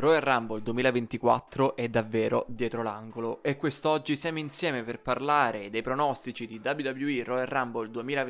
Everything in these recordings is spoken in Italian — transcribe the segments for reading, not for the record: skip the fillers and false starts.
Royal Rumble 2024 è davvero dietro l'angolo e quest'oggi siamo insieme per parlare dei pronostici di WWE Royal Rumble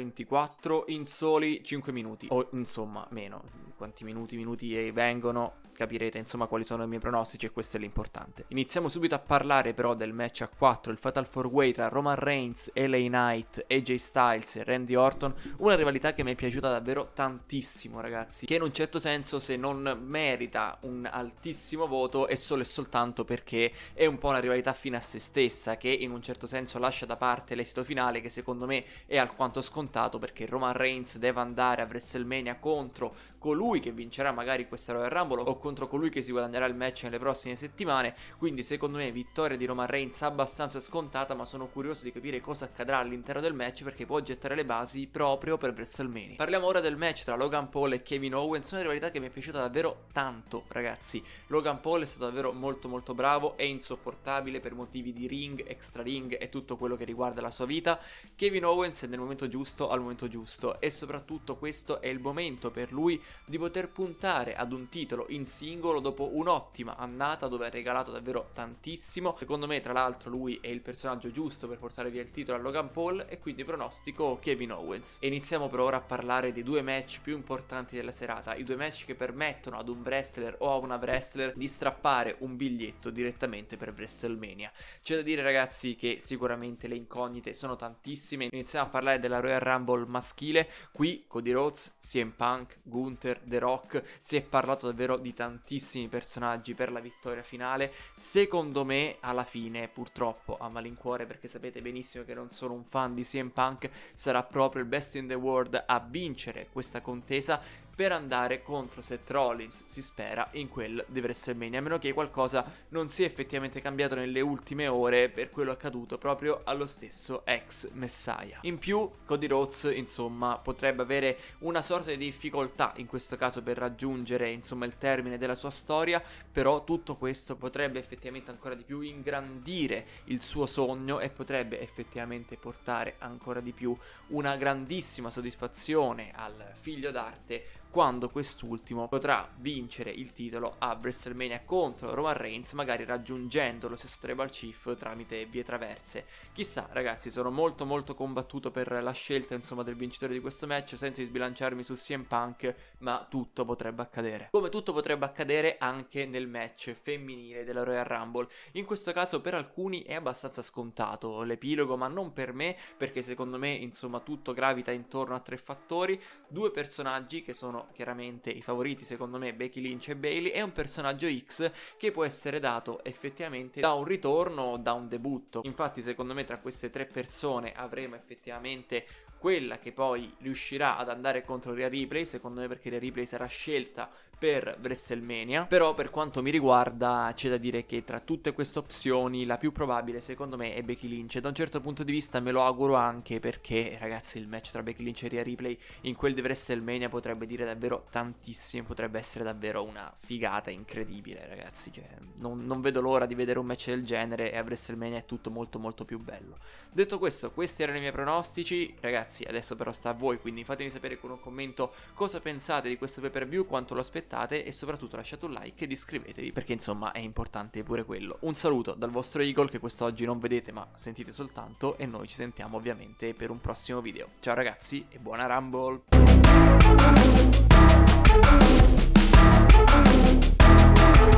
2024 in soli 5 minuti, o insomma meno, quanti minuti vengono, capirete insomma quali sono i miei pronostici e questo è l'importante. Iniziamo subito a parlare però del match a 4, il Fatal 4-Way tra Roman Reigns, LA Knight, AJ Styles e Randy Orton, una rivalità che mi è piaciuta davvero tantissimo ragazzi, che in un certo senso se non merita un altissimo voto è solo e soltanto perché è un po' una rivalità fine a se stessa, che in un certo senso lascia da parte l'esito finale che secondo me è alquanto scontato, perché Roman Reigns deve andare a WrestleMania contro colui che vincerà magari questa Royal Rumble o contro colui che si guadagnerà il match nelle prossime settimane, quindi secondo me vittoria di Roman Reigns abbastanza scontata, ma sono curioso di capire cosa accadrà all'interno del match perché può gettare le basi proprio per WrestleMania. Parliamo ora del match tra Logan Paul e Kevin Owens, una rivalità che mi è piaciuta davvero tanto ragazzi. Logan Paul è stato davvero molto bravo, è insopportabile per motivi di ring, extra ring e tutto quello che riguarda la sua vita. Kevin Owens è nel momento giusto al momento giusto e soprattutto questo è il momento per lui di poter puntare ad un titolo in singolo dopo un'ottima annata dove ha regalato davvero tantissimo. Secondo me tra l'altro lui è il personaggio giusto per portare via il titolo a Logan Paul e quindi pronostico Kevin Owens. E iniziamo per ora a parlare dei due match più importanti della serata, i due match che permettono ad un wrestler o a una wrestler di strappare un biglietto direttamente per WrestleMania. C'è da dire ragazzi che sicuramente le incognite sono tantissime. Iniziamo a parlare della Royal Rumble maschile. Qui Cody Rhodes, CM Punk, Gunther, The Rock, si è parlato davvero di tantissimi personaggi per la vittoria finale. Secondo me alla fine, purtroppo a malincuore perché sapete benissimo che non sono un fan di CM Punk, sarà proprio il Best in the World a vincere questa contesa per andare contro Seth Rollins, si spera, in quel di WrestleMania, a meno che qualcosa non sia effettivamente cambiato nelle ultime ore per quello accaduto proprio allo stesso ex Messiah. In più Cody Rhodes insomma potrebbe avere una sorta di difficoltà in questo caso per raggiungere insomma il termine della sua storia, però tutto questo potrebbe effettivamente ancora di più ingrandire il suo sogno e potrebbe effettivamente portare ancora di più una grandissima soddisfazione al figlio d'arte quando quest'ultimo potrà vincere il titolo a WrestleMania contro Roman Reigns, magari raggiungendo lo stesso Tribal Chief tramite vie traverse. Chissà ragazzi, sono molto combattuto per la scelta insomma del vincitore di questo match, senza di sbilanciarmi su CM Punk, ma tutto potrebbe accadere. Come tutto potrebbe accadere anche nel match femminile della Royal Rumble. In questo caso per alcuni è abbastanza scontato l'epilogo, ma non per me, perché secondo me insomma tutto gravita intorno a tre fattori: due personaggi che sono chiaramente i favoriti secondo me, Becky Lynch e Bayley, e un personaggio X che può essere dato effettivamente da un ritorno o da un debutto. Infatti secondo me tra queste tre persone avremo effettivamente quella che poi riuscirà ad andare contro Rhea Ripley, secondo me, perché Rhea Ripley sarà scelta per WrestleMania. Però per quanto mi riguarda c'è da dire che tra tutte queste opzioni la più probabile secondo me è Becky Lynch, e da un certo punto di vista me lo auguro anche perché ragazzi il match tra Becky Lynch e Rhea Ripley in quel di WrestleMania potrebbe dire davvero tantissimo, potrebbe essere davvero una figata incredibile ragazzi, cioè, non vedo l'ora di vedere un match del genere e a WrestleMania è tutto molto più bello. Detto questo, questi erano i miei pronostici ragazzi. Adesso però sta a voi, quindi fatemi sapere con un commento cosa pensate di questo pay per view, quanto lo aspettate e soprattutto lasciate un like ed iscrivetevi perché insomma è importante pure quello. Un saluto dal vostro Eagle che quest'oggi non vedete ma sentite soltanto, e noi ci sentiamo ovviamente per un prossimo video. Ciao ragazzi e buona Rumble!